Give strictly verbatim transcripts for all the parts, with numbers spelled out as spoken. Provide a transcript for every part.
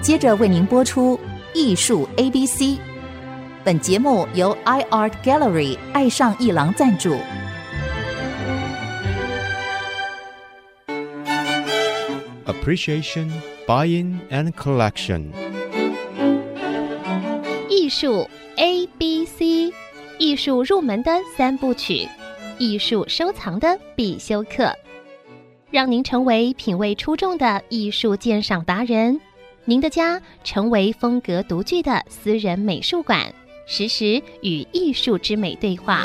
接着为您播出艺术 A B C。 本节目由 iArt Gallery 爱上艺廊赞助。 Appreciation, Buying and Collection。 艺术 A B C， 艺术入门的三部曲，艺术收藏的必修课，让您成为品味出众的艺术鉴赏达人，您的家成为风格独具的私人美术馆，时时与艺术之美对话。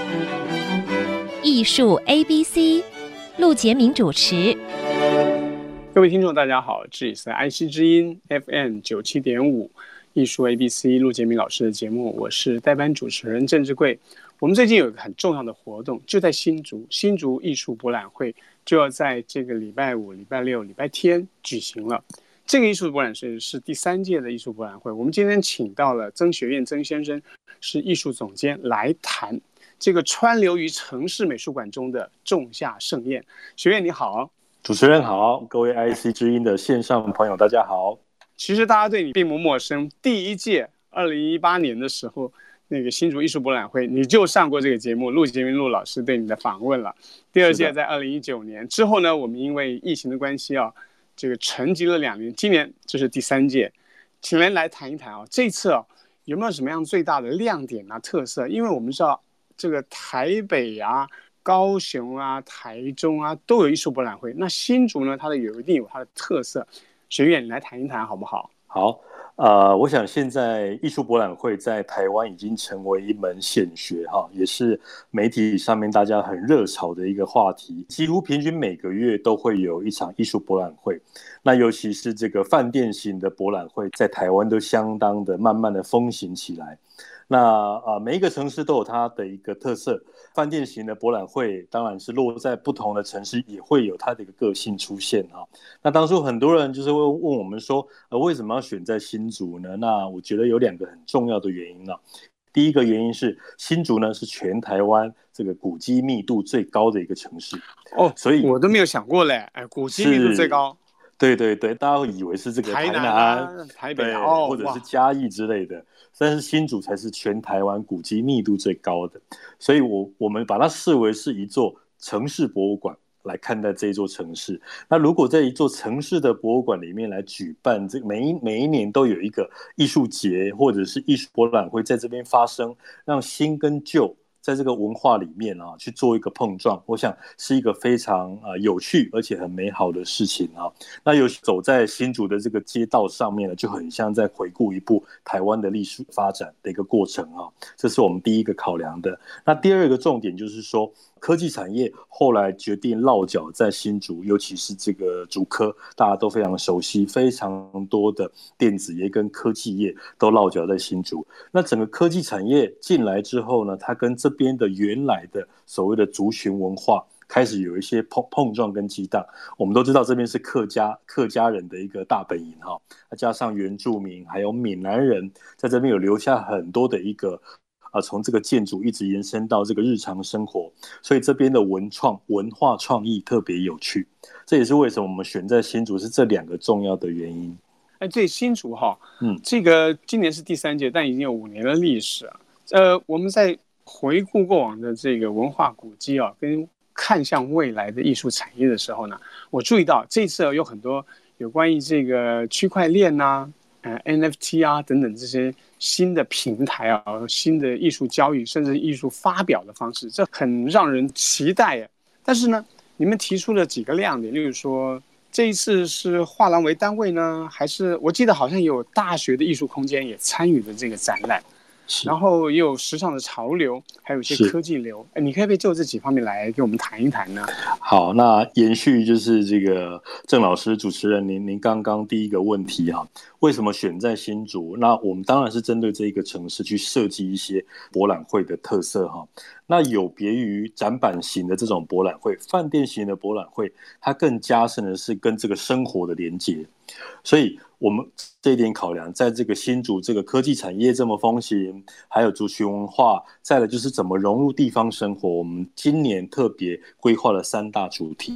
艺术 A B C， 陆杰明主持。 各位听众大家好，这里是 I C 之音 F M 九七点五艺术 A B C 陆杰明老师的节目，我是代班主持人郑志贵。我们最近有一个很重要的活动，就在新竹新竹艺术博览会就要在这个礼拜五、礼拜六、礼拜天举行了。这个艺术博览会是第三届的艺术博览会，我们今天请到了曾学院曾先生，是艺术总监，来谈这个川流于城市美术馆中的仲夏盛宴。学院你好。 主持人好，各位 I C 之音的线上朋友大家好。 其实大家对你并不陌生，第一届二零一八年的时候，那个新竹艺术博览会你就上过这个节目，陆杰明陆老师对你的访问了。第二届在二零一九年之后呢，我们因为疫情的关系啊，这个沉寂了两年，今年这是第三届，请人来谈一谈啊，这次啊有没有什么样最大的亮点啊特色？因为我们知道这个台北啊、高雄啊、台中啊都有艺术博览会，那新竹呢，它的有一定有它的特色。学院，你来谈一谈好不好？ 好，呃，我想现在艺术博览会在台湾已经成为一门显学哈，也是媒体上面大家很热炒的一个话题。几乎平均每个月都会有一场艺术博览会，那尤其是这个饭店型的博览会，在台湾都相当的慢慢的风行起来。那呃，每一个城市都有它的一个特色，饭店型的博览会当然是落在不同的城市，也会有它的一个个性出现哈。那当初很多人就是会问我们说，呃，为什么要选在新竹呢？那我觉得有两个很重要的原因呢。第一个原因是新竹呢是全台湾这个古迹密度最高的一个城市哦， 所以我都没有想过嘞，哎，古迹密度最高。 对对对，大家会以为是这个台南、 台南啊、台北啊、 哦，或者是嘉义之类的，但是新竹才是全台湾古迹密度最高的，所以我我们把它视为是一座城市博物馆来看待这一座城市。那如果在一座城市的博物馆里面来举办，这每一每一年都有一个艺术节或者是艺术博览会在这边发生，让新跟旧在这个文化里面啊去做一个碰撞，我想是一个非常呃有趣而且很美好的事情啊。那有走在新竹的这个街道上面呢，就很像在回顾一部台湾的历史发展的一个过程啊。这是我们第一个考量的。那第二个重点就是说，科技产业后来决定落脚在新竹，尤其是这个竹科，大家都非常熟悉，非常多的电子业跟科技业都落脚在新竹。那整个科技产业进来之后呢，它跟这边的原来的所谓的族群文化开始有一些碰碰撞跟激荡。我们都知道这边是客家客家人的一个大本营哈，加上原住民还有闽南人在这边有留下很多的一个呃，从这个建筑一直延伸到这个日常生活，所以这边的文创文化创意特别有趣，这也是为什么我们选在新竹是这两个重要的原因。 哎，这新竹哈，嗯，这个今年是第三届，但已经有五年的历史啊。呃，我们在回顾过往的这个文化古迹啊，跟看向未来的艺术产业的时候呢，我注意到这次有很多有关于这个区块链呐、呃 N F T 啊等等这些新的平台啊，新的艺术交易，甚至艺术发表的方式，这很让人期待耶。但是呢，你们提出了几个亮点，例如说这一次是画廊为单位呢，还是我记得好像有大学的艺术空间也参与了这个展览，然后也有时尚的潮流，还有一些科技流。哎，你可以不可以就这几方面来给我们谈一谈呢？ 好，那延续就是这个郑老师主持人您您刚刚第一个问题哈，为什么选在新竹？那我们当然是针对这一个城市去设计一些博览会的特色哈。那有别于展板型的这种博览会，饭店型的博览会，它更加深的是跟这个生活的连结。所以我们这一点考量，在这个新竹这个科技产业这么风行，还有族群文化，再来就是怎么融入地方生活，我们今年特别规划了三大主题。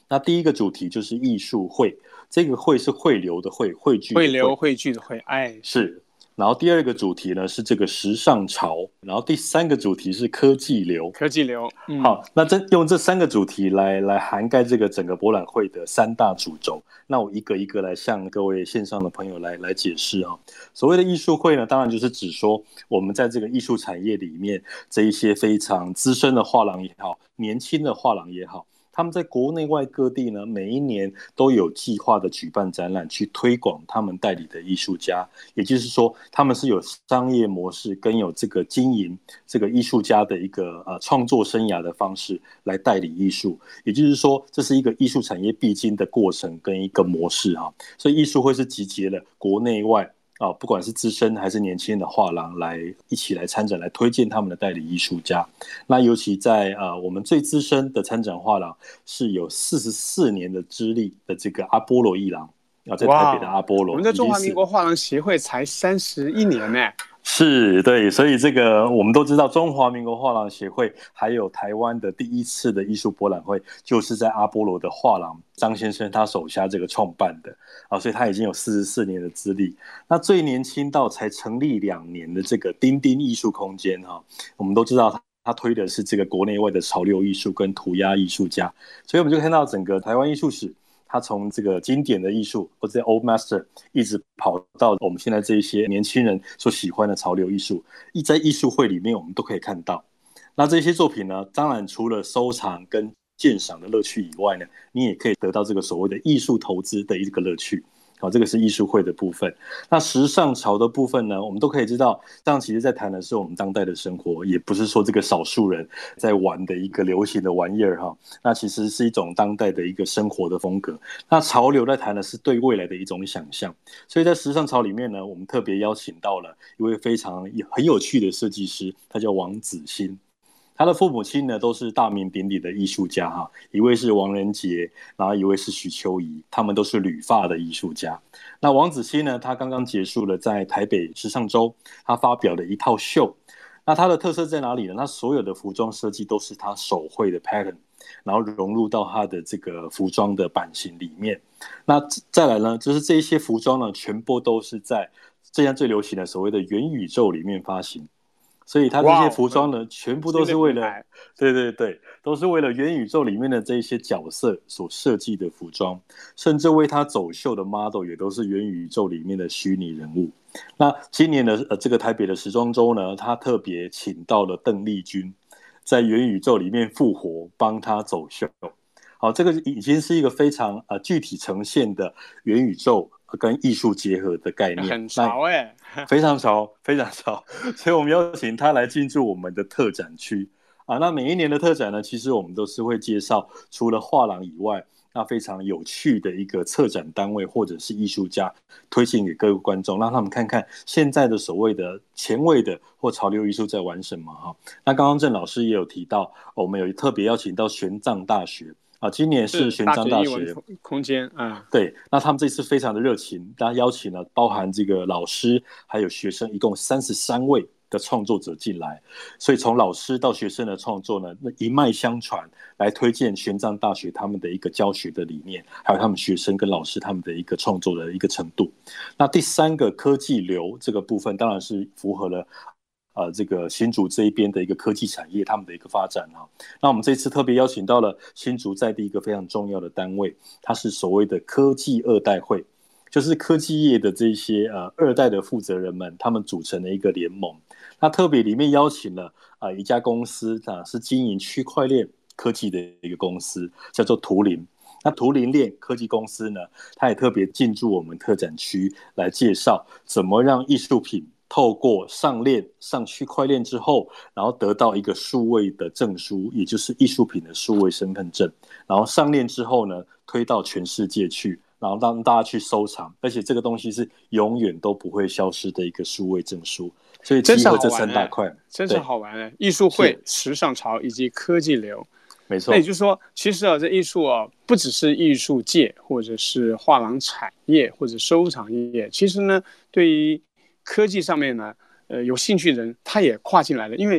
那第一个主题就是艺术汇，这个汇是汇流的汇，汇聚的汇流汇聚的汇，哎， 是。然后第二个主题呢是这个时尚潮，然后第三个主题是科技流。 科技流，嗯、 好，那这用这三个主题来来涵盖这个整个博览会的三大主轴。那我一个一个来向各位线上的朋友来来解释啊。所谓的艺术会呢，当然就是指说我们在这个艺术产业里面这一些非常资深的画廊也好，年轻的画廊也好。他们在国内外各地呢，每一年都有计划的举办展览，去推广他们代理的艺术家。也就是说，他们是有商业模式跟有这个经营这个艺术家的一个呃创作生涯的方式来代理艺术。也就是说，这是一个艺术产业必经的过程跟一个模式哈。所以艺术会是集结了国内外。啊，不管是资深还是年轻的画廊来一起来参展，来推荐他们的代理艺术家。那尤其在呃我们最资深的参展画廊是有四十四年的资历的这个阿波罗艺廊啊，在台北的阿波罗。 我们在中华民国画廊协会才三十一年呢。 是，对，所以这个我们都知道，中华民国画廊协会还有台湾的第一次的艺术博览会，就是在阿波罗的画廊张先生他手下这个创办的啊，所以他已经有四十四年的资历。那最年轻到才成立两年的这个丁丁艺术空间哈，我们都知道他。他推的是这个国内外的潮流艺术跟涂鸦艺术家，所以我们就看到整个台湾艺术史。他从这个经典的艺术或者 Old Master 一直跑到我们现在这一些年轻人所喜欢的潮流艺术，在艺术会里面我们都可以看到。那这些作品呢，当然除了收藏跟鉴赏的乐趣以外呢，你也可以得到这个所谓的艺术投资的一个乐趣。好，这个是艺术会的部分。那时尚潮的部分呢，我们都可以知道，这样其实在谈的是我们当代的生活，也不是说这个少数人在玩的一个流行的玩意儿哈。那其实是一种当代的一个生活的风格。那潮流在谈的是对未来的一种想象。所以在时尚潮里面呢，我们特别邀请到了一位非常很有趣的设计师，他叫王子欣。他的父母亲呢都是大名鼎鼎的艺术家哈，一位是王仁杰，然后一位是许秋怡，他们都是旅发的艺术家。那王子欣呢，他刚刚结束了在台北时尚周，他发表了一套秀。那他的特色在哪里呢？他所有的服装设计都是他手绘的 pattern， 然后融入到他的这个服装的版型里面。那再来呢，就是这一些服装呢，全部都是在这样最流行的所谓的元宇宙里面发行。所以它这些服装呢， wow, 全部都是为了，对对对，都是为了元宇宙里面的这一些角色所设计的服装，甚至为他走秀的 model 也都是元宇宙里面的虚拟人物。那今年的、呃、这个台北的时装周呢，他特别请到了邓丽君，在元宇宙里面复活，帮他走秀。好，这个已经是一个非常、呃、具体呈现的元宇宙跟艺术结合的概念， 很潮哎、欸， 非常潮，非常潮，所以我们邀请他来进驻我们的特展区啊。那每一年的特展呢，其实我们都是会介绍除了画廊以外，那非常有趣的一个策展单位或者是艺术家，推荐给各位观众，让他们看看现在的所谓的前卫的或潮流艺术在玩什么哈。那刚刚郑老师也有提到，我们有特别邀请到玄奘大学。啊，今年是玄奘大学空间啊， 对，那他们这次非常的热情，大家邀请了包含这个老师还有学生，一共三十三位的创作者进来，所以从老师到学生的创作呢，那一脉相传，来推荐玄奘大学他们的一个教学的理念，还有他们学生跟老师他们的一个创作的一个程度。那第三个科技流这个部分，当然是符合了。呃，这个新竹这一边的一个科技产业，他们的一个发展哈。那我们这次特别邀请到了新竹在地一个非常重要的单位，它是所谓的科技二代会，就是科技业的这些呃二代的负责人们，他们组成的一个联盟。那特别里面邀请了啊、呃、一家公司啊，是经营区块链科技的一个公司，叫做图灵。那图灵链科技公司呢，它也特别进驻我们特展区来介绍怎么让艺术品。透过上链上区块链之后，然后得到一个数位的证书，也就是艺术品的数位身份证，然后上链之后呢，推到全世界去，然后让大家去收藏，而且这个东西是永远都不会消失的一个数位证书。所以集合这三大块， 真是好玩哎！艺术会、时尚潮以及科技流， 没错。 那也就是说，其实啊，这艺术啊，不只是艺术界，或者是画廊产业，或者收藏业，其实呢，对于科技上面呢，呃，有兴趣的人他也跨进来了，因为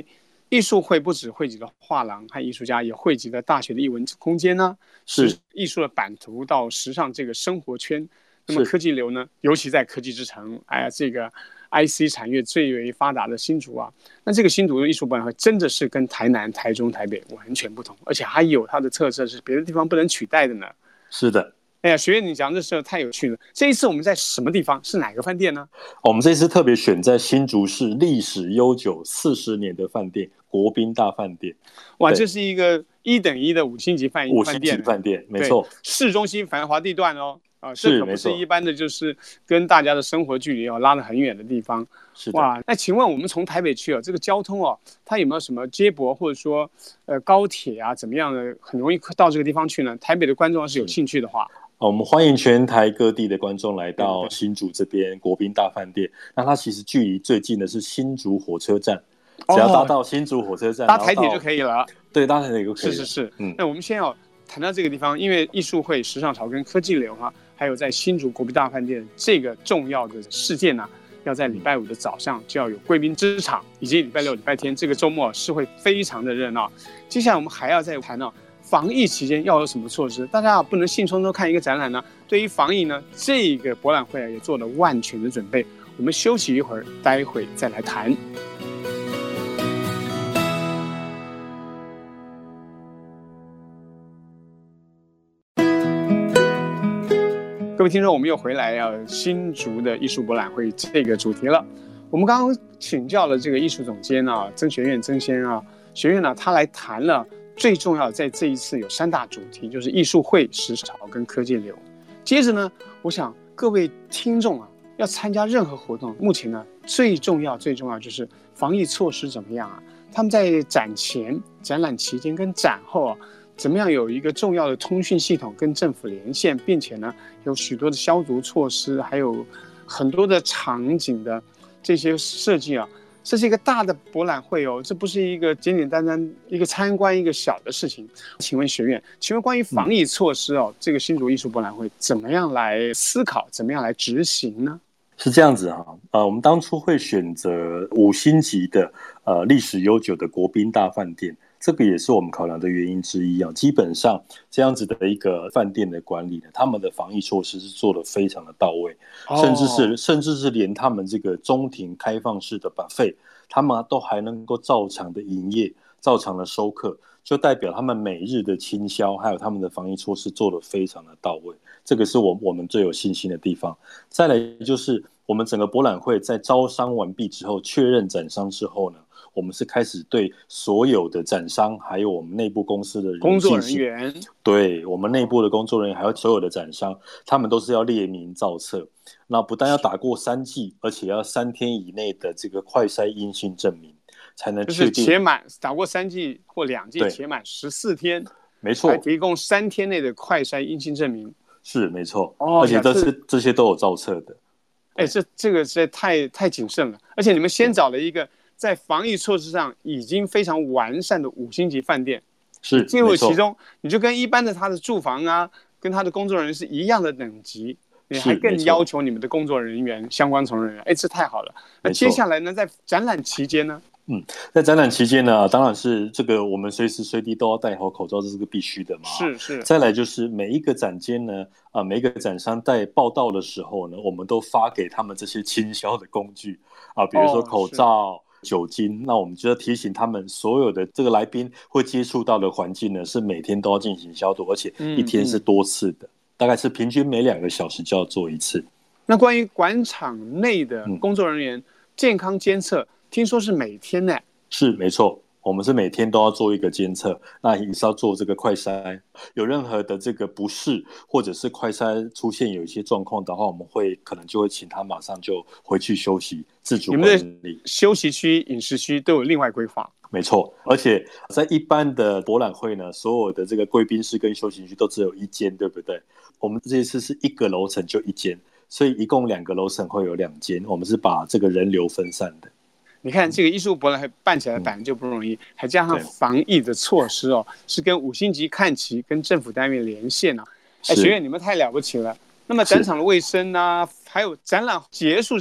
艺术会不只汇集了画廊和艺术家，也汇集了大学的艺文空间呢、啊， 是艺术的版图到时尚这个生活圈。那么科技流呢，尤其在科技之城，哎呀，这个 I C 产业最为发达的新竹啊，那这个新竹的艺术博览会真的是跟台南、台中、台北完全不同，而且还有它的特色是别的地方不能取代的呢。 是的。 哎呀，学院你讲这事太有趣了。这一次我们在什么地方？是哪个饭店呢？ 我们这次特别选在新竹市历史悠久四十年的饭店国宾大饭店。 哇，这是一个一等一的五星级饭店， 五星级饭店，没错， 市中心繁华地段哦。啊，这可不是一般的，就是跟大家的生活距离哦拉得很远的地方。 是的。 哇，那请问我们从台北去哦，这个交通哦，它有没有什么接驳或者说呃高铁啊，怎么样的很容易到这个地方去呢？台北的观众要是有兴趣的话。 我们欢迎全台各地的观众来到新竹这边国宾大饭店。那它其实距离最近的是新竹火车站，只要搭到新竹火车站， 搭台铁就可以了。 对，搭台铁就可以了。 是是是，嗯。那我们先要谈到这个地方，因为艺术会、时尚潮跟科技流哈，还有在新竹国宾大饭店这个重要的事件呢、啊，要在礼拜五的早上就要有贵宾之场，以及礼拜六、礼拜天这个周末是会非常的热闹。接下来我们还要再谈到。防疫期间要有什么措施？大家不能兴冲冲看一个展览呢。对于防疫呢，这个博览会也做了万全的准备。我们休息一会儿，待会再来谈。各位听众，我们又回来要新竹的艺术博览会这个主题了。我们刚刚请教了这个艺术总监啊，曾学院曾先生啊，学院呢他来谈了。最重要的在这一次有三大主题，就是艺术会、时潮跟科技流。接着呢，我想各位听众啊，要参加任何活动，目前呢最重要最重要就是防疫措施怎么样啊？他们在展前、展览期间跟展后啊，怎么样有一个重要的通讯系统跟政府连线，并且呢有许多的消毒措施，还有很多的场景的这些设计啊。这是一个大的博览会哦，这不是一个简简单单一个参观一个小的事情。请问学院，请问关于防疫措施哦，嗯、这个新竹艺术博览会怎么样来思考，怎么样来执行呢？ 是这样子哈，呃，我们当初会选择五星级的呃历史悠久的国宾大饭店，这个也是我们考量的原因之一啊。基本上这样子的一个饭店的管理呢，他们的防疫措施是做得非常的到位，哦、甚至是甚至是连他们这个中庭开放式的 buffet， 他们都还能够照常的营业，照常的收客，就代表他们每日的清消还有他们的防疫措施做得非常的到位。这个是我我们最有信心的地方。再来就是我们整个博览会在招商完毕之后，确认展商之后呢，我们是开始对所有的展商还有我们内部公司的人工作人员， 对我们内部的工作人员还有所有的展商，他们都是要列明造册。那不但要打过三剂，而且要三天以内的这个快筛阴性证明，才能确定。 就是且满打过三剂或两剂，且满十四天， 没错， 还提供三天内的快筛阴性证明。 是没错，哦、而且这是这些都有造册的。 哎，这这个实在太太谨慎了，而且你们先找了一个在防疫措施上已经非常完善的五星级饭店， 是进入其中，你就跟一般的他的住房啊，跟他的工作人员是一样的等级，你还更要求你们的工作人员、相关从业人员，哎，这太好了。那接下来呢，在展览期间呢？ 嗯，在展览期间呢，当然是这个我们随时随地都要戴好口罩，这是个必须的嘛。 是是。再来就是每一个展间呢，啊、呃，每一个展商在报到的时候呢，我们都发给他们这些清消的工具啊，比如说口罩、哦、酒精。那我们就要提醒他们，所有的这个来宾会接触到的环境呢，是每天都要进行消毒，而且一天是多次的，嗯嗯、大概是平均每两个小时就要做一次。 那关于馆场内的工作人员健康监测。嗯听说是每天呢？ 是没错，我们是每天都要做一个监测，那也是要做这个快筛。有任何的这个不适，或者是快筛出现有一些状况的话，我们会可能就会请他马上就回去休息，自主管理。 你们的休息区、饮食区都有另外规划。 没错，而且在一般的博览会呢，所有的这个贵宾室跟休息区都只有一间，对不对？我们这一次是一个楼层就一间，所以一共两个楼层会有两间，我们是把这个人流分散的。 你看这个艺术博览会办起来本来就不容易，嗯、还加上防疫的措施哦，是跟五星级看齐、跟政府单位连线啊。哎，学院你们太了不起了。那么展场的卫生啊，还有展览结束之后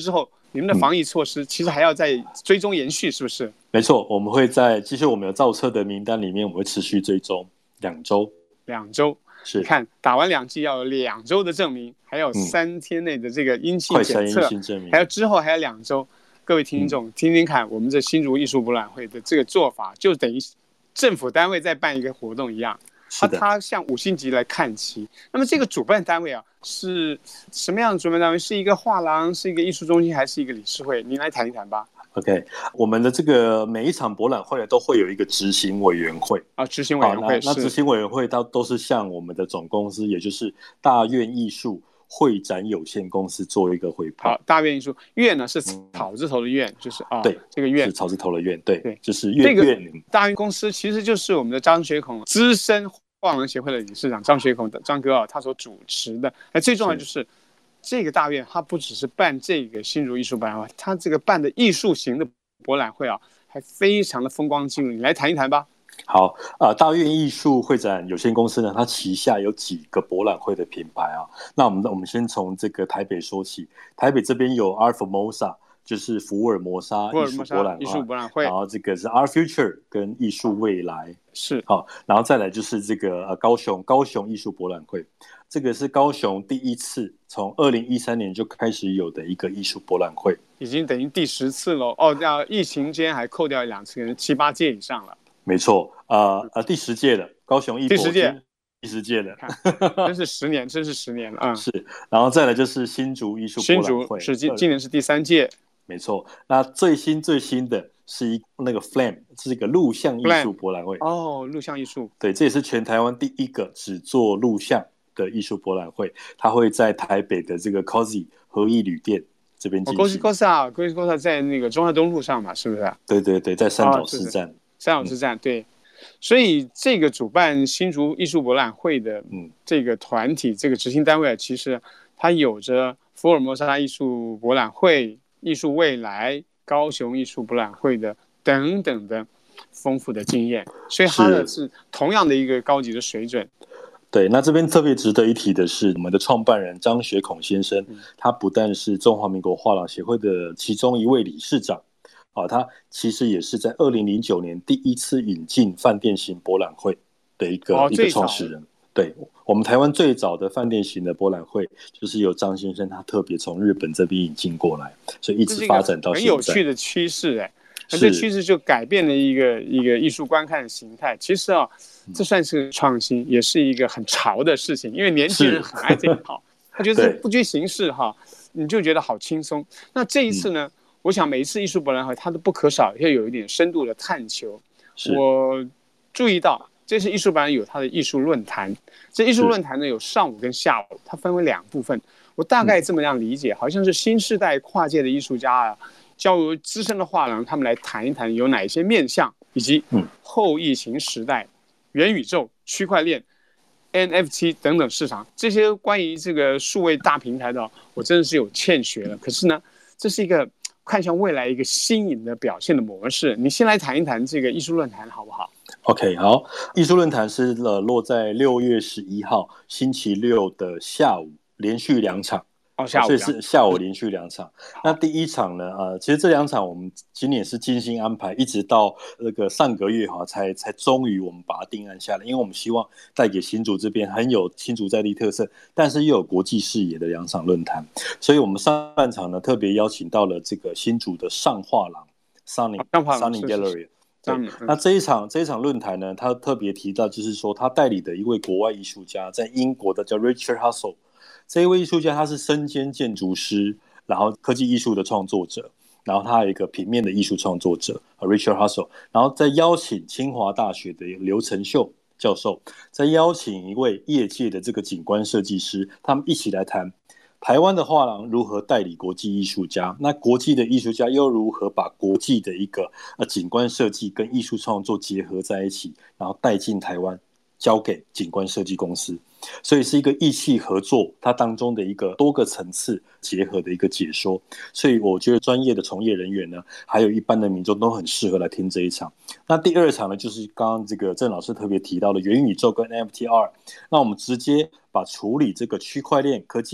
你们的防疫措施其实还要再追踪延续，是不是？ 没错，我们会在继续我们有造册的名单里面，我们会持续追踪两周。 两周， 是你看打完两剂要有两周的证明，还有三天内的这个阴性检测， 嗯、 还有之后还有两周。各位听众、嗯、听听看，我们这新竹艺术博览会的这个做法，就等于政府单位在办一个活动一样。啊，它向五星级来看齐。那么这个主办单位啊，是什么样的主办单位？是一个画廊，是一个艺术中心，还是一个理事会？您来谈一谈吧。 OK， 我们的这个每一场博览会都会有一个执行委员会啊，执行委员会。 那执行委员会它都是向我们的总公司，也就是大院艺术会展有限公司做一个汇报。 好，大院艺术院呢是草字头的院，嗯、就是啊， 对， 这个院是草字头的院，对对， 就是院这个院。 大院公司其实就是我们的张学孔资深画廊协会的理事长张学孔的张哥啊，他所主持的。那最重要就是这个大院，他不只是办这个新竹艺术博览会，他这个办的艺术型的博览会啊，还非常的风光劲旅。你来谈一谈吧。 好，呃，大院艺术会展有限公司呢，它旗下有几个博览会的品牌啊。那我们我们先从这个台北说起，台北这边有 Art Formosa， 就是福尔摩沙艺术博览会， 艺术博览会。 然后这个是 Art Future 跟艺术未来， 是好，然后再来就是这个呃高雄高雄艺术博览会，这个是高雄第一次从二零一三年就开始有的一个艺术博览会， 已经等于第十次了哦。那疫情间还扣掉两次，可能七八届以上了。 没错，呃呃，第十届了，高雄艺博， 第十届， 第十届了， 真是十年，真是十年了啊、嗯！ 是，然后再来就是新竹艺术博览会， 新竹是今今年是第三届， 没错。那最新最新的是一那个 Flame， 是一个录像艺术博览会哦，录像艺术， 对，这也是全台湾第一个只做录像的艺术博览会，它会在台北的这个 Cozy 和艺旅店这边进行。 哦 Cozy Cozy Cozy Cozy 在那个中华东路上嘛，是不是？ 对对对，在三角市站。哦三角之战、嗯、对，所以这个主办新竹艺术博览会的这个团体、嗯、这个执行单位，其实它有着福尔摩沙艺术博览会、艺术未来、高雄艺术博览会的等等的丰富的经验，所以它的是同样的一个高级的水准。 对，那这边特别值得一提的是，我们的创办人张学孔先生、嗯，他不但是中华民国画廊协会的其中一位理事长。啊、他其实也是在二零零九年第一次引进饭店型博览会的一个、哦、一个创始人。对，我们台湾最早的饭店型的博览会，就是由张先生他特别从日本这边引进过来，所以一直发展到现在。 很有趣的趋势哎，而这趋势就改变了一个一个艺术观看的形态。其实啊，这算是创新，也是一个很潮的事情，因为年轻人很爱这一套，他觉得不拘形式哈，你就觉得好轻松。那这一次呢？嗯，我想每一次艺术博览会，它都不可少要有一点深度的探求。我注意到这次艺术博览会有它的艺术论坛，这艺术论坛呢有上午跟下午，它分为两部分。我大概这么样理解，好像是新世代跨界的艺术家啊，交由资深的画廊他们来谈一谈有哪一些面向，以及后疫情时代、元宇宙、区块链、N F T 等等市场，这些关于这个数位大平台的，我真的是有欠缺了。可是呢，这是一个看向未来一个新颖的表现的模式。你先来谈一谈这个艺术论坛好不好？ OK， 好，艺术论坛是呃落在六月十一号星期六的下午，连续两场。 哦，下午所以是下午连续两场。那第一场呢，呃，其实这两场我们今年是精心安排，一直到那个上个月哈，才才终于我们把它定案下来，因为我们希望带给新竹这边很有新竹在地特色，但是又有国际视野的两场论坛。所以我们上半场呢，特别邀请到了这个新竹的上画廊 Sunny Sunny Gallery。对，那这一场这一场论坛呢，他特别提到，就是说他代理的一位国外艺术家，在英国的叫 Richard Hustle。这一位艺术家，他是身兼建筑师，然后科技艺术的创作者，然后他还有一个平面的艺术创作者 Richard Hustle， 然后再邀请清华大学的刘成秀教授，再邀请一位业界的这个景观设计师，他们一起来谈台湾的画廊如何代理国际艺术家，那国际的艺术家又如何把国际的一个呃景观设计跟艺术创作结合在一起，然后带进台湾，交给景观设计公司。所以是一个义气合作，它当中的一个多个层次结合的一个解说。所以我觉得专业的从业人员呢，还有一般的民众都很适合来听这一场。那第二场呢，就是刚刚这个郑老师特别提到的元宇宙跟 N F T R， 那我们直接把处理这个区块链科技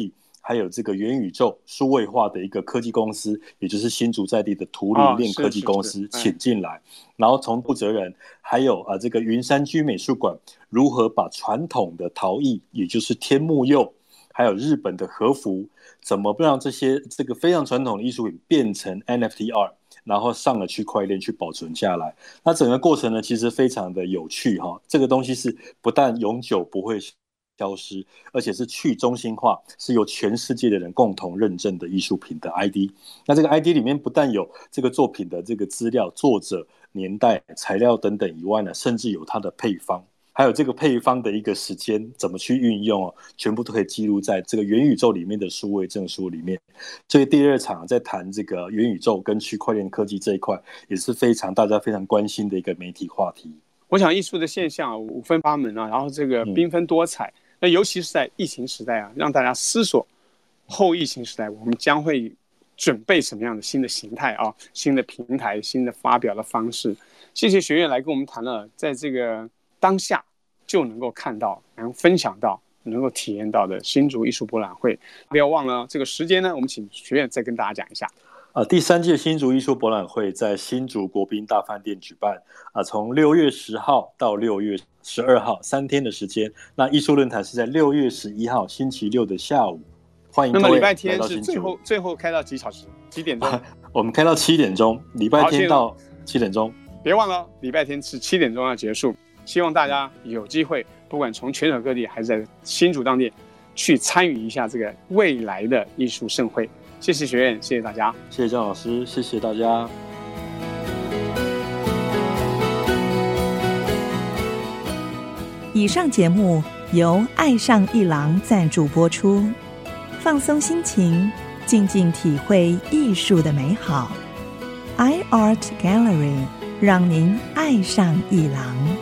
还有这个元宇宙数位化的一个科技公司，也就是新竹在地的图灵链科技公司请进来，然后从负责人还有啊这个云山居美术馆如何把传统的陶艺，也就是天目釉，还有日本的和服，怎么让这些这个非常传统的艺术品变成 N F T R， 然后上了区块链去保存下来。那整个过程呢，其实非常的有趣哈。这个东西是不但永久不会消失，而且是去中心化，是由全世界的人共同认证的艺术品的 I D。 那这个 I D 里面不但有这个作品的这个资料、作者、年代、材料等等以外呢，甚至有它的配方，还有这个配方的一个时间怎么去运用哦，全部都可以记录在这个元宇宙里面的数位证书里面。所以第二场在谈这个元宇宙跟区块链科技这一块，也是非常大家非常关心的一个媒体话题。 我想艺术的现象五分八门啊，然后这个缤纷多彩。嗯，那尤其是在疫情时代啊，让大家思索后疫情时代我们将会准备什么样的新的形态啊，新的平台，新的发表的方式。谢谢学院来跟我们谈了在这个当下就能够看到，能分享到，能够体验到的新竹艺术博览会。不要忘了这个时间呢，我们请学院再跟大家讲一下。 呃，第三届新竹艺术博览会在新竹国宾大饭店举办，啊、呃，从六月十号到六月十二号三天的时间。那艺术论坛是在六月十一号星期六的下午，欢迎各位来到新竹。那么礼拜天是最后最后开到几小时？几点钟？啊、 我们开到七点钟，礼拜天到七点钟。 别忘了，礼拜天是七点钟要结束。希望大家有机会，不管从全省各地还是在新竹当地，去参与一下这个未来的艺术盛会。谢谢学院，谢谢大家， 谢谢张老师，谢谢大家。 以上节目由爱上一郎赞助播出，放松心情，静静体会艺术的美好。iArt Gallery 让您爱上一郎。